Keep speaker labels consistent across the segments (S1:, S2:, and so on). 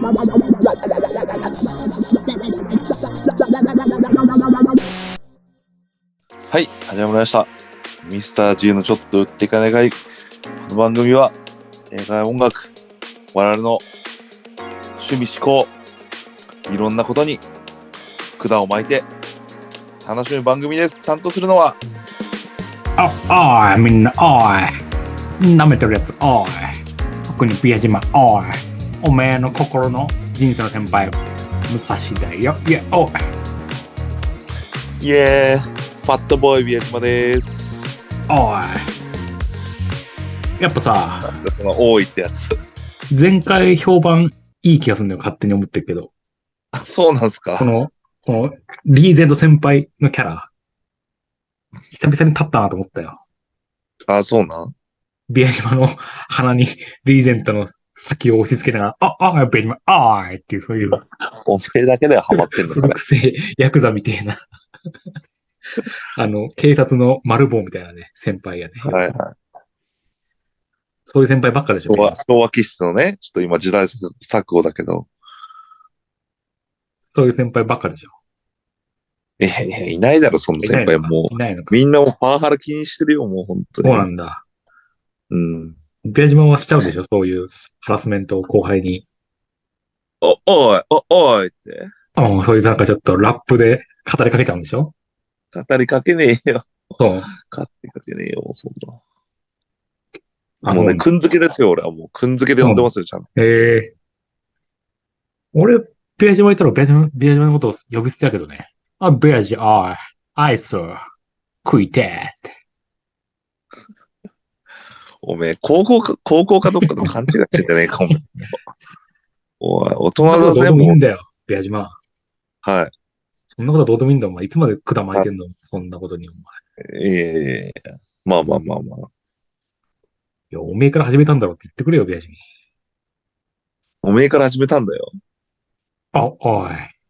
S1: はい、始まりました。ミスター G のちょっと売っていかないかい。この番組は映画や音楽、我々の趣味思考、いろんなことに管を巻いて楽しむ番組です。担当するのは
S2: おいみんなおい舐めてるやつおい特に宮島おいおめえの心の人生の先輩武蔵だよいやおい
S1: イエーイファットボーイ宮島です。
S2: おいやっぱさ
S1: この多いってやつ
S2: 前回評判いい気がするんだよ勝手に思ってるけど
S1: そうなんすか。
S2: このリーゼント先輩のキャラ久々に立ったなと思ったよ。
S1: そうなん。
S2: 宮島の鼻にリーゼントの先を押し付けながらあ宮島おいっていうそういう
S1: おめえだけではハマってんのそれ
S2: 古くせえヤクザみたいな警察の丸棒みたいなね、先輩やね。
S1: はいはい。
S2: そういう先輩ばっかでしょ。
S1: 昭和気質のね、ちょっと今時代錯誤だけど。
S2: そういう先輩ばっかでしょ。
S1: いないだろ、そんな先輩もう。
S2: いないのか。
S1: みんなもパワハラ気にしてるよ、もう本当に。
S2: そうなんだ。
S1: うん。
S2: 宮島はしちゃうでしょ、そういうハラスメントを後輩に。
S1: おいって。
S2: そういうなんかちょっとラップで語りかけちゃうんでしょ。
S1: 語りかけねえよ。
S2: そう。
S1: 語りかけねえよ、そん
S2: あ
S1: な。もうね、くんづけですよ、俺はもう。くんづけで呼んでますよ、ちゃんと。
S2: 俺、宮島いたら宮島のことを呼び捨てだけどね。宮島、アイス、食いてーって。
S1: おめえ、高校かどっかと勘違いしてんじゃねえか、お前。おい、大人だぜ、
S2: どうでもいい
S1: もう。
S2: んだよ、宮島。
S1: はい。
S2: そんなことはどうでもいいんだよ、お前。いつまで管巻いてんの、そんなことに、お前。
S1: まあ。
S2: いや、おめえから始めたんだろうって言ってくれよ、ビアジミ。
S1: おめえから始めたんだよ。
S2: おい。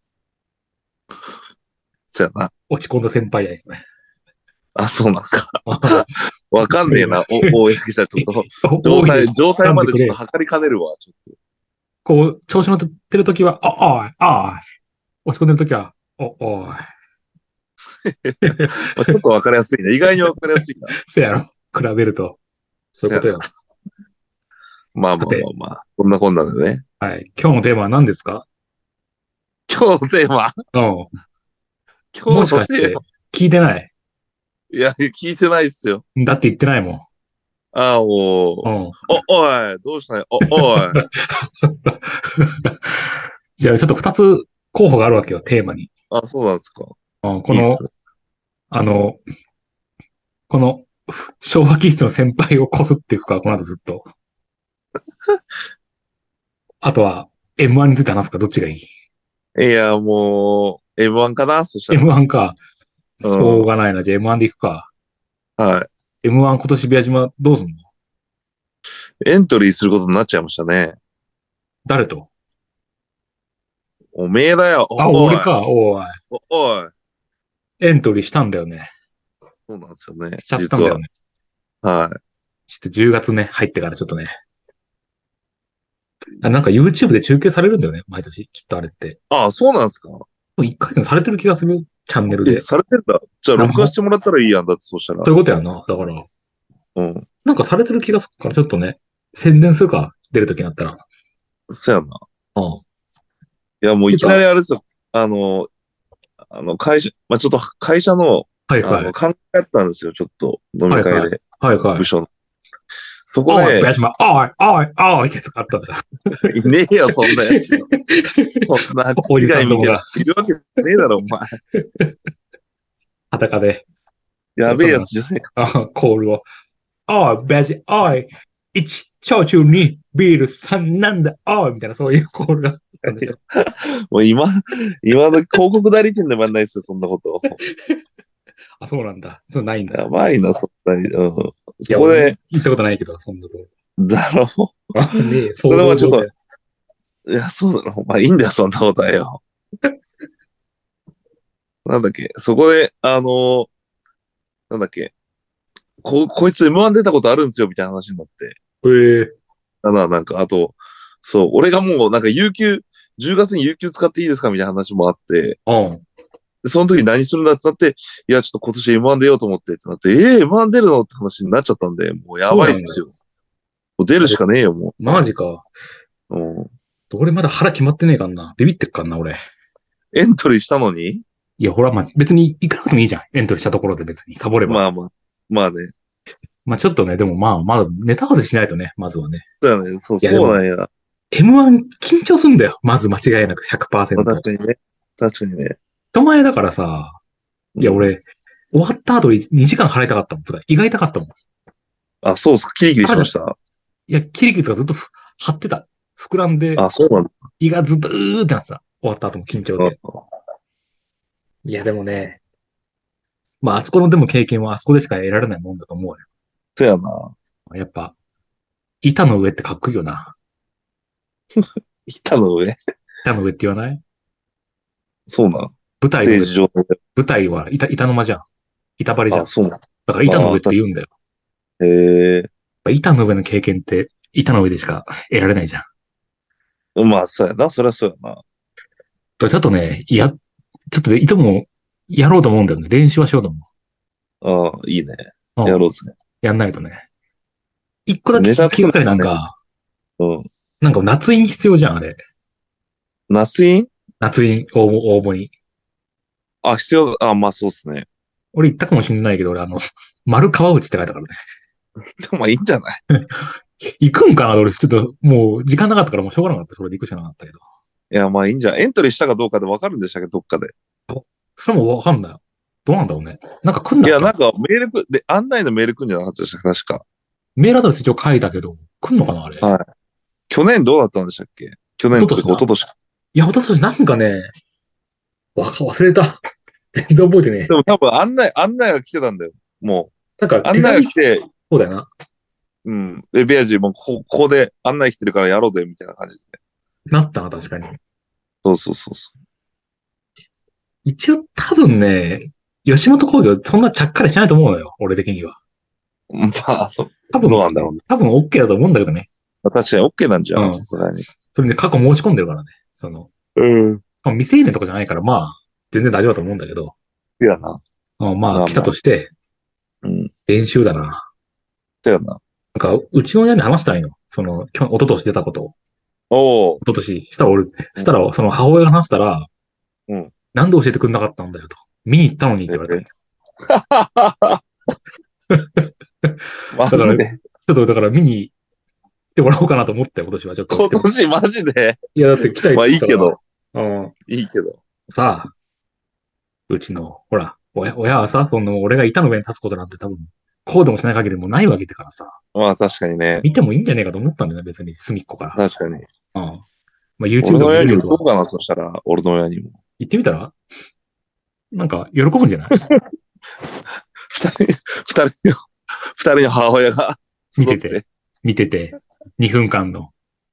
S1: そやな。
S2: 落ち込んだ先輩やね。
S1: そうなんか。わかんねえな、公じゃちょっと、状態までちょっと測りかねるわ、ちょっと。
S2: こう、調子乗ってるときは、おい。落ち込んでるときは、おい。
S1: ちょっとわかりやすいね。意外にわかりやすいな。
S2: せやろ。比べると。そういうことよ。
S1: まあ。こんなこんなでね。
S2: はい。今日のテーマは何ですか？
S1: 今日のテーマ
S2: 今
S1: 日の
S2: もしかして聞いてない？
S1: いや、聞いてないっすよ。
S2: だって言ってないもん。
S1: おい、どうしたの？おい。
S2: じゃあちょっと2つ候補があるわけよ、テーマに。
S1: そうなんですか。
S2: この昭和気質の先輩をこすっていくか、この後ずっと。あとは、M1 について話すか、どっちがいい？
S1: いや、もう、M1 かなそしたら。
S2: M1 か。しょうがないな。じゃあ M1 でいくか。
S1: はい。
S2: M1 今年宮島どうすんの？
S1: エントリーすることになっちゃいましたね。
S2: 誰と？
S1: おめえだよ。
S2: 俺か。おい。エントリーしたんだよね。
S1: そうなんですよね。
S2: しちゃったんだよね。
S1: はい。
S2: ちょっと10月ね、入ってからちょっとね。なんか YouTube で中継されるんだよね、毎年。きっとあれって。
S1: そうなんですか。
S2: 1回戦されてる気がする、チャンネルで。
S1: されてるんだ。じゃあ、録画してもらったらいいやんだって、そうしたら。
S2: そういうことやな。だから。なんかされてる気がするから、ちょっとね、宣伝するか、出るときになったら。
S1: そうやな。いや、もういきなりあれですよ。会社、ちょっと会社の、考えやったんですよ、ちょっと、飲み会で。部署の。そこで、
S2: おいってやつがあったんだ。
S1: いねえよ、そんなやつ。そんな、違い見てるいるわけねえだろ、お前。
S2: 裸で。
S1: やべえやつじゃないか。
S2: コールを。1、焼酎2、ビール3なんだ、みたいな、そういうコールが。
S1: もう今の広告代理店でもやんないですよ、そんなこと。
S2: そうなんだ。そうないんだ。
S1: やばいな、そんなに。
S2: そこで。言ったことないけど、そんなこと。
S1: だろ
S2: ねえ、
S1: それはちょっと、いや、そうなの。いいんだよ、そんなことはよ。なんだっけ、そこで、なんだっけ、こいつ M1 出たことあるんですよ、みたいな話になって。
S2: なん
S1: か、あと、 そう、俺がもうなんか10月に有給使っていいですかみたいな話もあって、
S2: うん。
S1: でその時何するんだってなって、いや、ちょっと今年 M1 出ようと思ってってなって、M1 出るのって話になっちゃったんで、もうや
S2: そうなんだ。
S1: ばいっすよ。もう出るしかねえよ、も
S2: マジか。
S1: う。うん。
S2: 俺まだ腹決まってねえかんな。ビビってっかんな、俺。
S1: エントリーしたのに
S2: いや、ほら、まあ、別に行かなくてもいいじゃん。エントリーしたところで別にサボれば。
S1: まあまあ。まあね。
S2: まあちょっとね、でもまあ、まだネタ合わせしないとね、まずはね。
S1: そうだね。そう、
S2: いや、でも、
S1: そうなんや。
S2: M1 緊張すんだよ。まず間違いなく
S1: まあ
S2: 100%。
S1: 確かにね。確かにね。
S2: 人前だからさ、いや、
S1: うん。
S2: 俺、終わった後に2時間払いたかったもん。とか、胃が痛かったもん。
S1: あ、そうっす。キリキリし
S2: あ、じゃ
S1: ました。
S2: いや、キリキリとかずっと張ってた。膨らんで、
S1: あ、そうなんだ。
S2: 胃がずっとうーってなってた。終わった後も緊張
S1: うん。
S2: で。いや、でもね、まあ、あそこのでも経験はあそこでしか得られないもんだと思うよ。
S1: そうやな。
S2: やっぱ、板の上ってかっこいいよな。
S1: 板の上
S2: 板の上って言わない？
S1: そうなん。ス
S2: 舞台の上、
S1: テージ上。
S2: 舞台は板の間じゃん。板張りじゃ
S1: あ、
S2: ん。
S1: そうなん。
S2: だから板の上
S1: あ、
S2: って言うんだよ。
S1: へえ。
S2: 板の上の経験って板の上でしか得られないじゃん。
S1: まあ、そうやな。そりゃそうやな。
S2: ちょっとね、ちょっとね、いともやろうと思うんだよね。練習はしようと思
S1: ああ、いいね。
S2: う。うん。
S1: やろうぜ。
S2: やんないとね。一個だけ
S1: ネタ作る
S2: 聞くかりなん
S1: のね。
S2: か、
S1: うん。
S2: なんか夏印必要じゃん、あれ。
S1: 夏印
S2: 夏印応募に。
S1: あ、必要だ。あ、まあそうっすね。
S2: 俺言ったかもしんないけど、俺丸川内って書いたからね。
S1: でもまあいいんじゃない？
S2: 行くんかな俺、ちょっと、もう、時間なかったからもうしょうがなかった。それで行くしかなかったけど。
S1: いや、まあいいんじゃない？エントリーしたかどうかでわかるんでしたっけど、どっかで。
S2: それもわかんない。どうなんだろうね。なんか来ん
S1: いや、
S2: だっけ？
S1: なんか案内のメール来んじゃなかったでしたっけ確か。
S2: メールアドレス一応書いたけど、来んのかなあれ。
S1: はい。去年どうだったんでしたっけ？去年というか、一
S2: 一昨年な。
S1: 昨年か。
S2: いや、私なんかね、忘れた。全然覚えてねえ。
S1: でも多分案内が来てたんだよ。も
S2: なんか
S1: う。案内が
S2: 手紙、
S1: 来て、
S2: そうだよな。
S1: うん。で、ビアジーもここで案内来てるからやろうぜ、みたいな感じで。
S2: なったな、確かに。
S1: そうそうそうそ
S2: 一応多分ね、吉本興業そんなちゃっかりしないと思うのよ。俺的には。
S1: う。まあ、そう。
S2: 多分、
S1: どうなんだろうね。
S2: 多分 OK だと思うんだけどね。
S1: 確かに OK なんじゃん、さ
S2: うん。
S1: すがに。
S2: それで過去申し込んでるからね。
S1: うん。
S2: 未成年とかじゃないから、まあ、全然大丈夫だと思うんだけど。
S1: いやな。
S2: まあ、来た
S1: まあまあ。
S2: として、
S1: うん。
S2: 練習だな。
S1: だよな。
S2: なんか、うちの親に話したいの。一昨年出たことを。
S1: おー。
S2: 一昨年。したら、その母親が話したら、
S1: うん。
S2: なんで教えてくれなかったんだよと。見に行ったのにって言われたの。
S1: マ
S2: だから、ち
S1: ジで。
S2: ょっとだから見に来てもらおうかなと思って、今年はちょっと。
S1: 今年マジで。
S2: いや、だって来たいっ
S1: まあ
S2: つったら、
S1: いいけど。
S2: うん、
S1: いいけど。
S2: さあ、うちの、ほら、親はさ、俺が板の上に立つことなんて多分、こうでもしない限りもうないわけだからさ、
S1: まあ確かにね。
S2: 見てもいいんじゃねえかと思ったんだよね、別に、隅っこか
S1: 確かに。
S2: ら。うん。まあ、YouTube でも
S1: 俺の親に
S2: 見れるとは。
S1: も行こうかな、そしたら、俺の親にも。
S2: 行ってみたらなんか、喜ぶんじゃない？
S1: 二人、二人の母親が集って。
S2: 見てて、見てて、2分間の。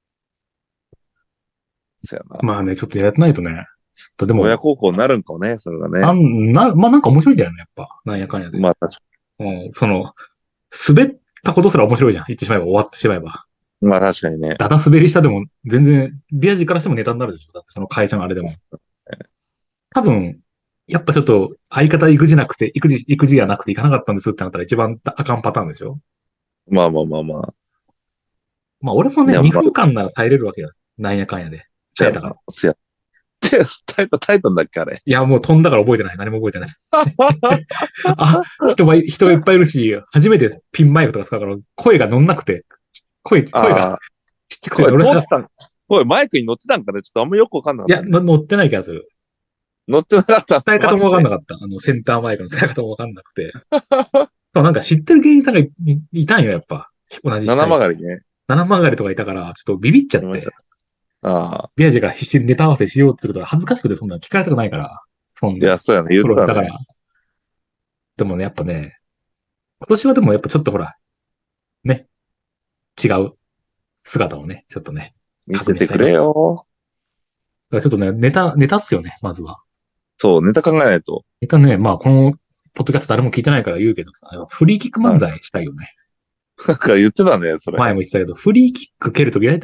S1: そやな。
S2: まあね、ちょっとやらないとね。ちょっとでも、
S1: 親孝行になるんかもね、それがね。
S2: まあなんか面白いんだよね、やっぱ。なんやかんやで。
S1: まあ確か
S2: うん、滑ったことすら面白いじゃん。言ってしまえば、終わってしまえば。
S1: に。まあ確かにね。
S2: ダダ滑りしたでも、全然、ビアジからしてもネタになるでしょ。だってその会社のあれでも。多分、やっぱちょっと、相方育児なくて、育児がなくて行かなかったんですってなったら一番あかんパターンでしょ。
S1: まあまあまあまあ。
S2: まあ俺もね、
S1: いや、まあ、
S2: 2分間なら耐えれるわけよ。なんやかんやで。
S1: そや
S2: 耐えたから。
S1: な。そや。で、タイトンだっけ、あれ。
S2: いや、もう飛んだから覚えてない。何も覚えてない。あ、人がいっぱいいるし、初めてピンマイクとか使うから、声が乗んなくて、声が
S1: ああ、
S2: ちっちゃくて、
S1: 声
S2: 俺が、
S1: 通ってたん、声マイクに乗ってたんかね、ちょっとあんまよくわかんなか
S2: いや、
S1: ったね。
S2: 乗ってない気がする。
S1: 乗ってなかったんす
S2: 使い方もわかんな
S1: か。
S2: かった。センターマイクの使い方もわかんなくて。そうなんか知ってる芸人さんがいたんよ、やっぱ。同じ
S1: 七
S2: 人。
S1: 曲がりね。
S2: 七曲がりとかいたから、ちょっとビビっちゃって。
S1: ああ。
S2: ビアジが必死にネタ合わせしようって言うことが恥ずかしくてそんなの聞かれたくないから。そんな。
S1: いや、そうやね。言っ
S2: プ
S1: てたね。
S2: ロだから。でもね、やっぱね、今年はでもやっぱちょっとほら、ね、違う姿をね、ちょっとね、
S1: 見せてくれよ。
S2: だからちょっとね、ネタっすよね、まずは。
S1: そう、ネタ考えないと。
S2: ネタね、まあこの、ポッドキャスト誰も聞いてないから言うけどさ、フリーキック漫才したいよね。
S1: なんか言ってたね、それ。
S2: 前も言ってたけど、フリーキック蹴るとき大体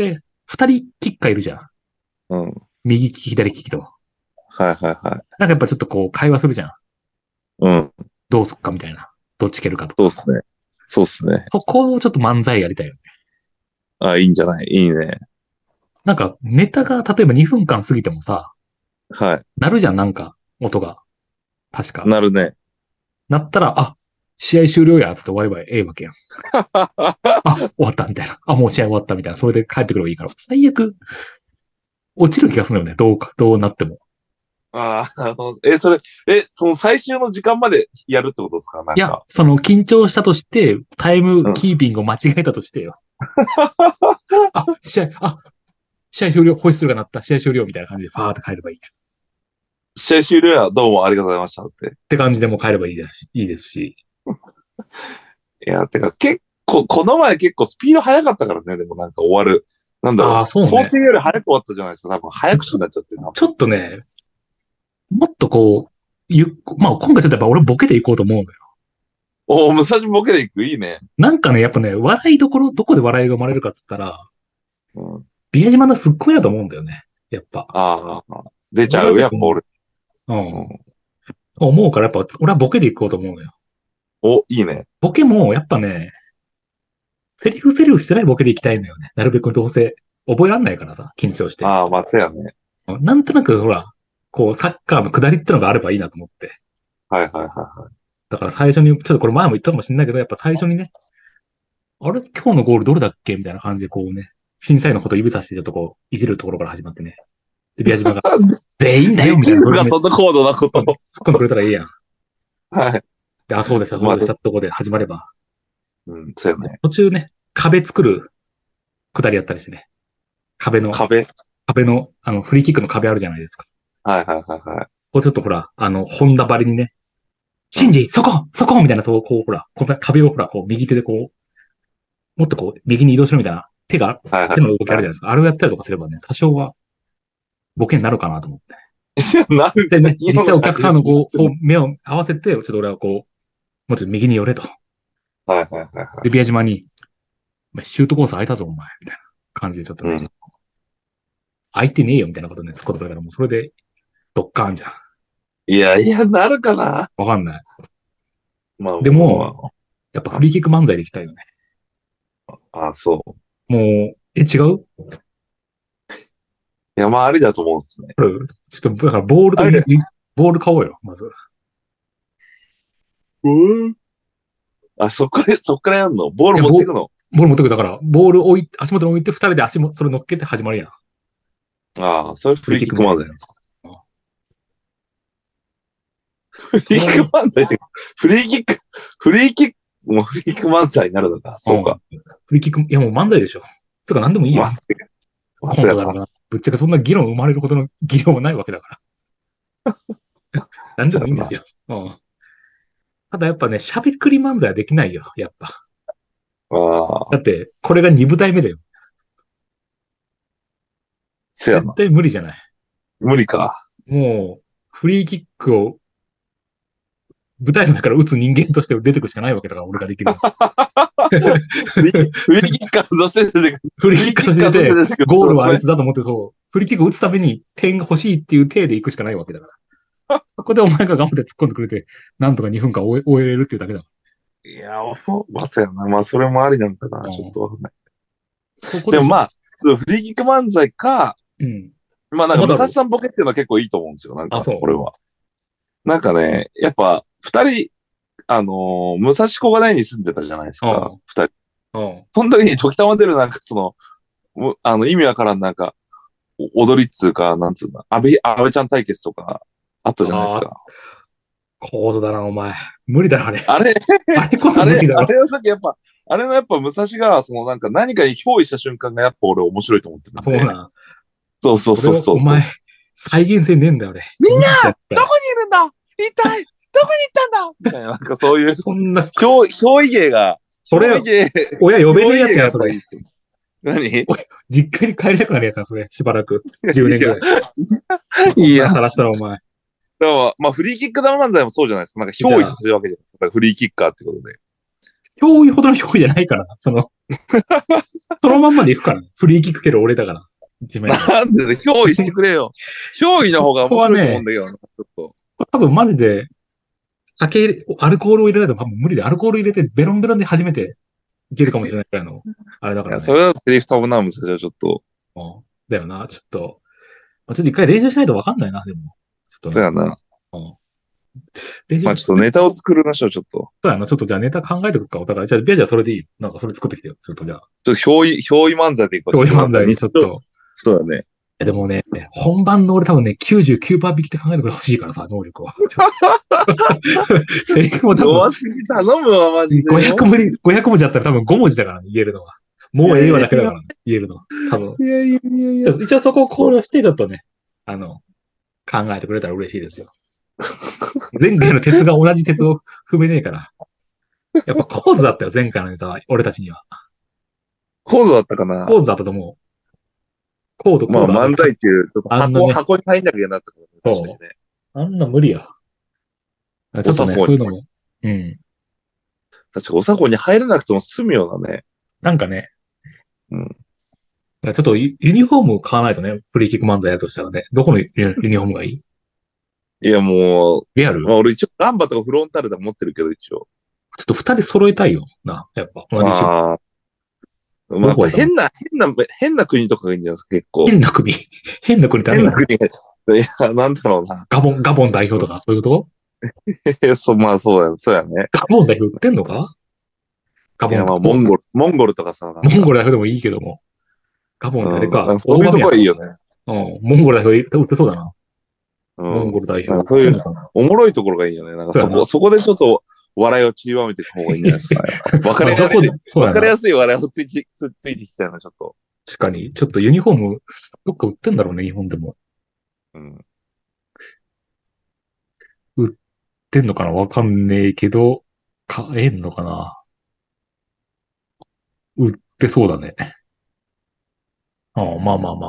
S2: 二人キッカーいるじゃん。
S1: うん。
S2: 右利き、左利きと。
S1: はいはいはい。
S2: なんかやっぱちょっとこう会話するじゃん。
S1: うん。
S2: どうすっかみたいな。どっち蹴るかとか。
S1: そうっすね。そうっすね。
S2: そこをちょっと漫才やりたいよね。
S1: あ、いいんじゃない？いいね。
S2: なんかネタが例えば2分間過ぎてもさ、
S1: は
S2: なるじゃん、なんか音が。確
S1: い。
S2: か。
S1: なるね。
S2: なったら、あ、試合終了や、つって終わればええわけやん。あ、終わったみたいな。あ、もう試合終わったみたいな。それで帰ってくればいいから。最悪、落ちる気がするんだよね。どうなっても。
S1: ああ、それ、その最終の時間までやるってことですか？なん
S2: いや、
S1: か。
S2: その緊張したとして、タイム
S1: うん。
S2: キーピングを間違えたとしてよ。試合終了、ホイッスルが鳴った、試合終了みたいな感じでファーって帰ればいい。っ
S1: 試合終了や、どうもありがとうございましたって。
S2: て感じでもう帰ればいいですし。
S1: いや、てか結構、この前結構スピード速かったからね、でもなんか終わる。なんだ
S2: ああ、
S1: ろう。想
S2: そうね。
S1: 定より早く終わったじゃないですか。多分早口になっちゃってるな。
S2: ちょっとね、もっとこう、まあ今回ちょっとやっぱ俺ボケていこうと思うのよ。
S1: おお、武蔵ボケでいく。いいね。
S2: なんかね、やっぱね、笑いどころ、どこで笑いが生まれるかっつったら、
S1: うん。
S2: 宮島のすっごいだと思うんだよね。やっぱ。
S1: ああ、出ちゃう。
S2: 俺はちょっと、
S1: やっぱ俺。
S2: うん。
S1: うん、
S2: そう思うから、やっぱ俺はボケでいこうと思うのよ。
S1: お、いいね。
S2: ボケも、やっぱね、セリフしてないボケでいきたいんだよね。なるべくどうせ覚えらんないからさ、緊張して。
S1: ああ、松屋ね。
S2: なんとなく、ほら、こう、サッカーの下りってのがあればいいなと思って。
S1: はいはいは
S2: だから最初に、ちょっとこれ前も言ったかもしれないけど、やっぱ最初にね、あれ今日のゴールどれだっけみたいな感じでこうね、審査員のことを指さしてちょっとこう、いじるところから始まってね。で、宮島が、全員
S1: い。
S2: だよみたいな、
S1: できるの
S2: それでね
S1: か、そんな高度なこと。
S2: 突っ込んでくれたらいいやん。
S1: はい。
S2: で、あ、そうですよ、そ
S1: まあ、
S2: うでしたってとこで始まれば。
S1: うん、そうやね。
S2: 途中ね、壁作るくだりやったりしてね。
S1: 壁。
S2: 壁の、フリーキックの壁あるじゃないですか。
S1: はいはいはいはい。
S2: こうちょっとほら、ホンダ張りにね、シンジ、そこみたいな、こう、ほら、こんな壁をほら、こう、右手でこう、もっとこう、右に移動しろみたいな、
S1: はいはい
S2: 手の動きあるじゃ
S1: は
S2: ないですか。あれをやったりとかすればね、多少は、ボケになるかなと思って。
S1: い。なる
S2: でね、実
S1: 今の
S2: 際お客さんのこう、目を合わせて、ちょっと俺はこう、もうちょっと右に寄れと。
S1: はいはいはいは
S2: で、宮島に、シュートコース空いたぞ、お前、みたいな感じでちょっと
S1: い。う
S2: ね、
S1: ん。
S2: 空いてねえよ、みたいなことね、突っ込んでくれたら、もうそれで、ドッカーンじゃん。
S1: いやいや、なるかな。
S2: わかんない。
S1: まあ、
S2: でも、
S1: ま
S2: やっぱフリーキック漫才でいきたいよね。
S1: あ、そう。
S2: もう、違う
S1: いや、まあ、ありだと思うんですね。
S2: ちょっと、だからボールと
S1: あれ
S2: ボール買おうよ、まず。
S1: うん。あ、そっからやんの？ボー
S2: いや、
S1: ル持ってくの？
S2: ボール持ってくだから、ボール足元に置いて、二人で足も、それ乗っけて始まるやん。
S1: ああ、それフ
S2: フリー
S1: リーキッ
S2: キックみたいな。
S1: ク漫才なんですか？フリーキック漫才って、フリーキック、もうフリーキック漫才になるのか。そうか。
S2: フリーキック、いやもう漫才でしょ。つうか何でもいいよ。
S1: まあ、まあ、
S2: コン
S1: そうやな。
S2: トだろうな。ぶっちゃけそんな議論生まれるほどの議論はないわけだから。何でもいいんですよ。うん。ただやっぱね、しゃべくり漫才はできないよ、やっぱ。
S1: ああ、
S2: だって、これが2部隊目だよ。絶
S1: そうやな。
S2: 対無理じゃない。
S1: 無理か。
S2: もう、フリーキックを舞台の上から打つ人間として出てくしかないわけだから、俺ができる。
S1: フリーキッカーとして出てくる。
S2: フリーキックとしてて、
S1: 出てくる
S2: ゴールはあいつだと思ってそう、フリーキックを打つために点が欲しいっていう体で行くしかないわけだから。そこでお前が頑張って突っ込んでくれて、なんとか2分間終えれるっていうだけだか
S1: いや、まあ、そうやな。まあ、それもありなのかな。
S2: ら。
S1: ちょっとわかんない。
S2: そこでしょ。
S1: でもまあ、そのフリーキック漫才か、
S2: うん。
S1: まあなんか、
S2: まだ
S1: 武蔵さんボケっていうのは結構いいと思うんですよ。なん
S2: あ、
S1: か、
S2: そう。
S1: これは。なんかね、やっぱ、二人、武蔵小金井に住んでたじゃないですか。二人。
S2: うん。
S1: その時に時たま出るなんか、意味わからんなんか、踊りっつうか、なんつうの、安倍ちゃん対決とか、あったじゃないですか。
S2: 高度だな、お前。無理だろ、あれ。
S1: あれ、
S2: あれこそ無理だろ。
S1: あれの時やっぱ、あれのやっぱ武蔵が、なんか何かに憑依した瞬間がやっぱ俺面白いと思ってるんで。
S2: そうな。
S1: そうそうそうそう。
S2: お前、再現性ねえんだよ、俺。
S1: みんなどこにいるんだ一体どこに行ったんだみたいな、なんかそういう、
S2: そんな、
S1: 憑依芸が、
S2: それ、親呼べねえやつや、それ。
S1: 何？
S2: 実家に帰りたくなるやつや、それ。しばらく。10年くらい。
S1: いや、
S2: さらしたらお前。
S1: だからまあ、フリーキックダウン漫才もそうじゃないですか。なんか憑依させるわけじゃないですか。フリーキッカーってことで。
S2: 憑依ほどの憑依じゃないからな。そのまんまで行くからね。フリーキック蹴る俺だから。一面。
S1: なんでね、憑依してくれよ。憑依の方が面白いと思うんだけどな、ちょっと。
S2: 多分マジで、アルコールを入れないと多分無理で、アルコール入れてベロンベロンで初めていけるかもしれないくらいの、あれだか
S1: いや、
S2: らね。
S1: それはセリフ飛ぶな、むさじゃちょっと。
S2: うんだよな、ちょっと。ちょっと一回練習しないとわかんないな、でも。ちょっとね。
S1: だよな。
S2: うん練習
S1: まあちょっとネタを作りましょう、ちょっと。
S2: そうやな、ちょっとじゃあネタ考えておくか、お互い。じゃあ、ビアじゃあそれでいい。なんかそれ作ってきてよ。ちょっとじゃあ。
S1: ちょっと憑依漫才でいこう。
S2: 表現漫才ちょっと。
S1: そうだね。
S2: でもね、本番の俺多分ね、99%引きで考えてくれほしいからさ、能力は。セリフも多分。
S1: 弱すぎ頼むわ、マジで。
S2: 500文字あったら多分5文字だからね、言えるのは。もうええわだけだからね、言えるのは。多分。
S1: いやいやいやいや。
S2: 一応そこを考慮して、ちょっとね、考えてくれたら嬉しいですよ。前回の鉄が同じ鉄を踏めねえから。やっぱ構図だったよ、前回のネタは。俺たちには。
S1: コードだったかな。
S2: 構図だったと思う。コード。
S1: まあ漫才っていう、箱に入んなきゃいけなかったからね。確かにね。
S2: あんな無理や。ちょっとね、そういうのも。うん。
S1: 確かおさこに入らなくても済むようなね。
S2: なんかね。
S1: うん。
S2: ちょっとユニフォーム買わないとね、フリーキック漫才やるとしたらね、どこのユニフォームがいい？
S1: いやもう、
S2: リアル？
S1: まあ俺一応ガンバとかフロンターレとか持ってるけど一応。
S2: ちょっと二人揃えたいよな、やっぱ。同じ種類。
S1: まあ、変な国とかがいいんじゃないですか、結構。
S2: 変な国変な国ってある
S1: 変な国が、いや、なんだろうな。
S2: ガボン代表とか、そういうこと
S1: まあそうやね。
S2: ガボン代表売ってんのかガボン。
S1: いや、まあモンゴルとかさ。
S2: モンゴル代表でもいいけども。ガボンあれか。
S1: そういうとこはいいよね。
S2: うん。モンゴル代表売ってそうだな。モンゴル代表。
S1: そういう、おもろいところがいいよね。なんかそこでちょっと笑いを散りばめていく方がいいんじゃないですかね。わかりやすい笑いをついてきたよな、ちょっと。
S2: 確かに。ちょっとユニフォーム、どっか売ってんだろうね、日本でも。
S1: うん。
S2: 売ってんのかなわかんねえけど、買えんのかな売ってそうだね。まあ。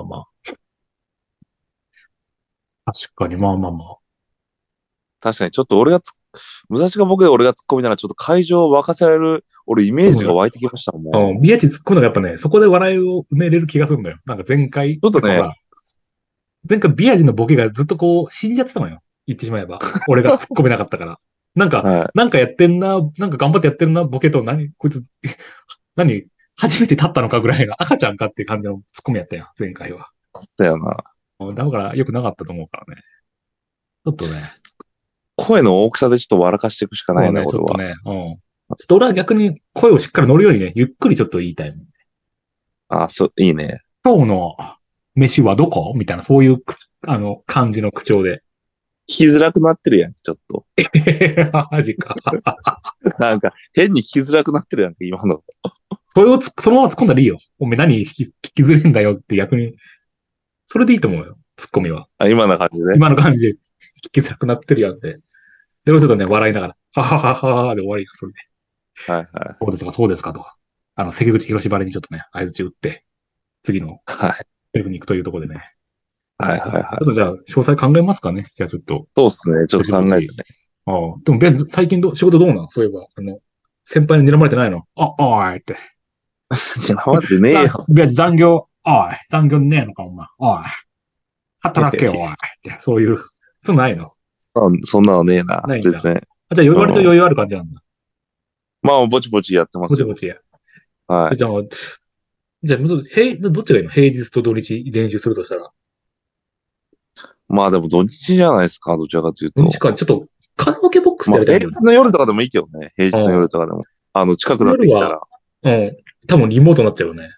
S2: 確かに、まあ。
S1: 確かに、ちょっと武蔵が僕で俺が突っ込みならちょっと会場を沸かせられる、俺イメージが湧いてきましたもん。
S2: 宮地突っ込んだらやっぱね、そこで笑いを埋めれる気がするんだよ。なんか前回。
S1: ちょっとね。
S2: 前回ビアジのボケがずっとこう死んじゃってたのよ。言ってしまえば。俺が突っ込めなかったから。なんかやってんな、なんか頑張ってやってるな、ボケとこいつ、初めて立ったのかぐらいの赤ちゃんかっていう感じの突っ込みやったよ、前回は。
S1: だよな。
S2: だから良くなかったと思うからね。ちょっとね。
S1: 声の大きさでちょっと笑かしていくしかないね、
S2: ちょっとね。ちょっと俺は逆に声をしっかり乗るようにね、ゆっくりちょっと言いたい。
S1: いいね。
S2: 今日の飯はどこみたいな、そういう、感じの口調で。
S1: 聞きづらくなってるやん、ちょっと。
S2: マジか。
S1: なんか、変に聞きづらくなってるやん、今の。
S2: そのまま突っ込んだらいいよ。おめ何聞きづれんだよって逆に。それでいいと思うよ、突っ込みは。
S1: 今の感じね。
S2: 今の感じで聞きづらくなってるやんって。でもちょっとね、笑いながら、はははははで終わりがそれで。
S1: はい。
S2: そうですかと。関口広島にちょっとね、相槌打って、次の、セリフに行くというところでね。
S1: はい。
S2: ちょっとじゃあ、詳細考えますかね。じゃあちょっと。
S1: そうっすね。ちょっと考えてね。
S2: でも、最近仕事どうなんそういえば、先輩に睨まれてないのおいって。
S1: 睨まれてねえよ。
S2: 残業ねえのか、お前。おい。働けよ、おい。って。そういう、そうないの
S1: そんなのねえな。全然。
S2: じゃあ、割と余裕ある感じなんだ。
S1: まあ、ぼちぼちやってます。
S2: ぼちや。
S1: はい。
S2: じゃあ、どっちがいいの平日と土日練習するとしたら。
S1: まあでも土日じゃないですか、どちらかというと。
S2: 土日か、ちょっとカラオケボックスでやりたいんだよ。
S1: 平日の夜とかでもいいけどね。平日の夜とかでも。近くなってきたら。
S2: 多分リモートになっちゃうよね。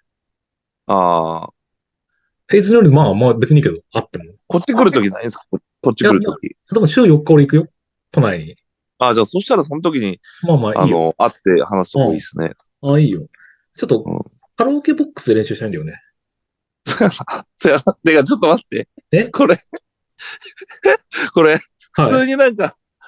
S2: 平日の夜、まあ別にいいけど、あっても。
S1: こっち来るときないんですかこっち来るとき。
S2: 多分週4日俺行くよ。都内に。
S1: じゃあそしたらその時に、いいよ。会って話すとこいいですね。
S2: いいよ。ちょっと、カラオケボックスで練習したいんだよね。
S1: てか、ちょっと待って。これ、普通になんか、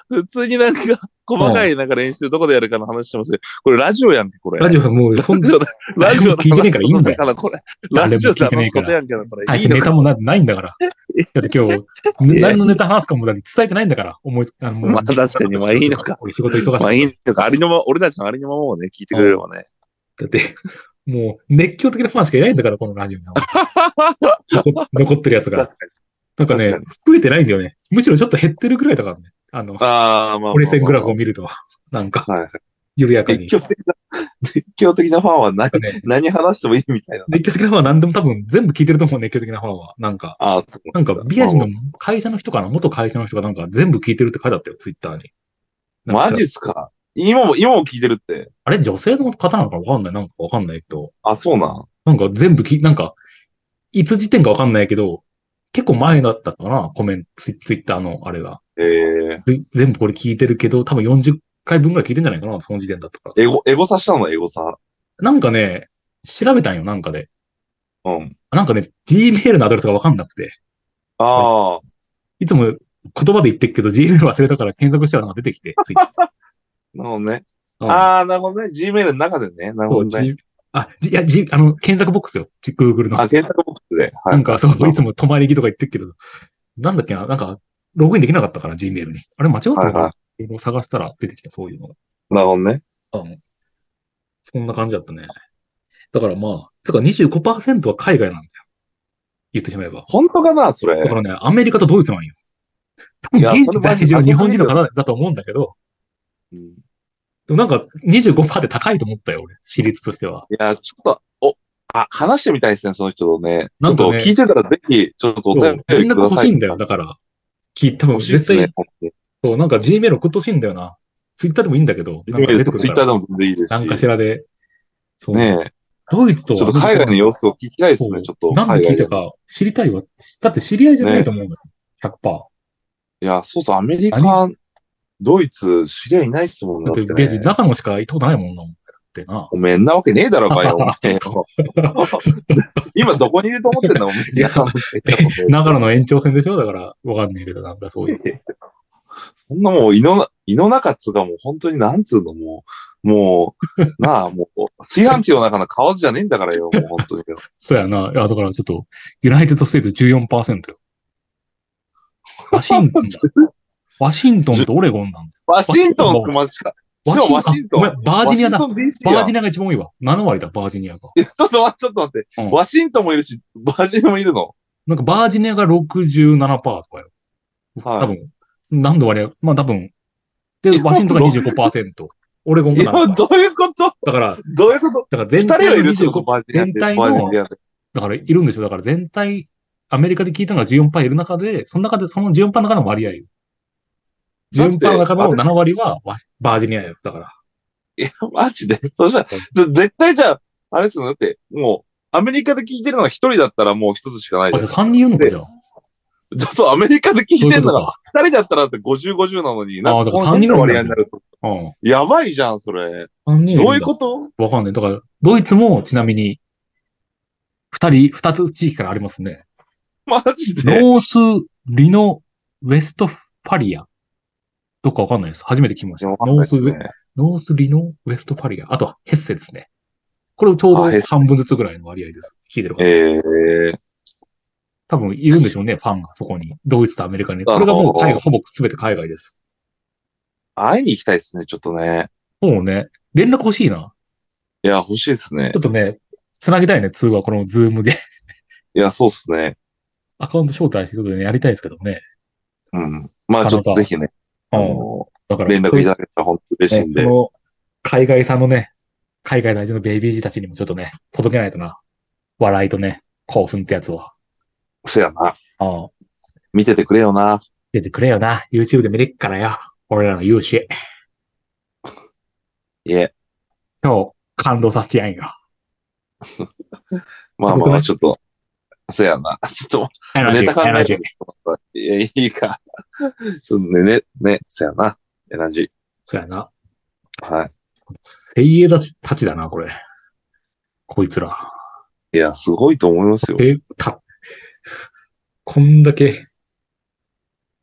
S1: 普通になんか、細かいなんか練習どこでやるかの話してますけど、これラジオやんけ、これ。
S2: ラジオはもう、そんな、
S1: ラジオ
S2: 聞いてねえからいいんだよ。
S1: から、これ。ラジオで話すことやんけど、これ。
S2: 大してネタもないんだから。だって今日、何のネタ話すかもだって伝えてないんだから、もう
S1: まあ確かに、まあいいのか。
S2: 俺仕事忙しくて。
S1: まあいいのか、俺たちのありのままをね、聞いてくれればね。
S2: だって、もう熱狂的なファンしかいないんだから、このラジオに。残ってるやつが。なんかね、増えてないんだよね。むしろちょっと減ってるぐらいだからね。折れ線グラフを見ると、なんか、緩やかに。
S1: 熱狂的なファンは何話してもいいみたいな。
S2: 熱狂的なファンは何でも多分全部聞いてると思う、熱狂的なファンは。なんか、ビアジの会社の人かな、元会社の人がなんか全部聞いてるって書いてあったよ、ツイッターに。
S1: マジっすか？今も聞いてるって。
S2: あれ女性の方なのかわかんない。なんかわかんないけど。
S1: あ、そうなん。
S2: なんか全部なんか、いつ時点かわかんないけど、結構前だったかな、コメント、ツイッターのあれが。全部これ聞いてるけど、多分40回分ぐらい聞いてんじゃないかな、その時点だったから。
S1: エゴサしたの？エゴサ。
S2: なんかね、調べたんよ、なんかで。
S1: うん。
S2: なんかね、Gmail のアドレスがわかんなくて。
S1: ああ。
S2: いつも言葉で言ってるけど、Gmail 忘れたから検索したらなんか出てきて、ツイッター。
S1: なるほどね。ああ、なるほどね。Gmail の中でね。なるほどね。
S2: 検索ボックスよ。Google の。
S1: 検索ボックスで。
S2: なんかそう、いつも泊まり木とか言ってるけど、なんだっけな、なんか、ログインできなかったから、Gmail に。あれ間違ったのかな？探したら出てきた、そういうのが。
S1: なるほどね。
S2: そんな感じだったね。だからまあ、つか 25% は海外なんだよ。言ってしまえば。
S1: 本当かな、それ。
S2: だからね、アメリカとドイツなんよ。多分現地在住の日本人の方だと思うんだけど、でもなんか 25% で高いと思ったよ、俺。私立としては。
S1: いや、ちょっと、話してみたいですね、その人とね。ちょっと聞いてたらぜひ、ちょっとお便りください。
S2: 連絡欲しいんだよ、だから。多分絶対、そう、なんか Gmail 送ってほしいんだよな。ツイッターでもいいんだけど、
S1: なんか出てくる。ツイッターでも全然いいですし。
S2: なんかしらで。
S1: そう。ねえ。
S2: ドイツと。
S1: ちょっと海外の様子を聞きたいですね、ちょっと。
S2: 何で聞いたか知りたいわ。だって知り合いじゃないと思うんだよ。100%。
S1: いや、そうそう、アメリカ、ドイツ、知り合いいないっすもんね。
S2: だって、ベジ、中野しか行ったことないもんな。ってな。
S1: おめえんなわけねえだろかよ、お前。今どこにいると思ってんだ、おめえ。
S2: 長野の延長線でしょ？だから、わかんないけど、なんかそういう。
S1: そんなもう、胃の中っつうかもう本当になんつうのもう、なあ、もう、炊飯器の中の蛙じゃねえんだからよ、もう本当に。
S2: そうやな。いや、だからちょっと、ユナイテッドステート 14% よ。ワシントンだ。ワシントンとオレゴンなんだよ。
S1: ワシントンっすか、マジか。ワシントン。
S2: ごめん、バージニアだ。バージニアが一番多いわ。7割だ、バージニアが。
S1: ちょっと待って。ワシントンもいるし、バージニアもいるの？
S2: なんかバージニアが 67% とかよ。多分、何度割合、まあ多分。で、ワシントンが 25%。オレゴンが7%。
S1: どういうこと？
S2: だから、
S1: どういうこと？
S2: だから全体の
S1: 25%、
S2: 全体の、だからいるんでしょ。だから全体、アメリカで聞いたのが 14% いる中で、その14% の中の割合よ。14% の中の7割はバージニアよ。だから。
S1: いや、マジで？そしたら、絶対じゃあ、あれですよ。だって、もう、アメリカで聞いてるのが1人だったらもう1つしかないじゃん。
S2: じゃあ3人いるのか、じゃあ。
S1: そう、アメリカで聞いてるのが2人だったらって50、50なのに、なんかこの変な割合になると。やばいじゃん、それ。
S2: 3人
S1: どういうこと？
S2: わかんない。だから、ドイツもちなみに、2つ地域からありますね。
S1: マジで？
S2: ノース・リノ・ウェストファリア。どっかわかんないです。初めて聞きました。ノース・リノ・ウェストファリア。あとはヘッセですね。これちょうど半分ずつぐらいの割合です。聞いてる方。多分いるんでしょうね、ファンがそこに。ドイツとアメリカに。これがもうほぼ全て海外です。
S1: 会いに行きたいですね、ちょっとね。
S2: そうね。連絡欲しいな。
S1: いや、欲しいですね。
S2: ちょっとね、繋ぎたいね、通話、このズームで。
S1: いや、そうっすね。
S2: アカウント招待してちょっとね、やりたいですけどね。
S1: うん。まあちょっとぜひね。
S2: だから
S1: 連絡いただけたら本当嬉しいんで。
S2: その、海外産のね、海外在住のベイビー児たちにもちょっとね、届けないとな。笑いとね、興奮ってやつを。
S1: そやな。見ててくれよな。
S2: 見ててくれよな。YouTube で見れっからよ。俺らの勇姿。
S1: いえ。
S2: そう、感動させてやんよ。
S1: まあ、ちょっと、そやな。ちょっと、ネタ考えて。いや、いいか。ちょっとね、そやな。エナジー。
S2: そやな。
S1: はい。
S2: 精鋭たちだな、これ。こいつら。
S1: いや、すごいと思いますよ。
S2: こんだけ、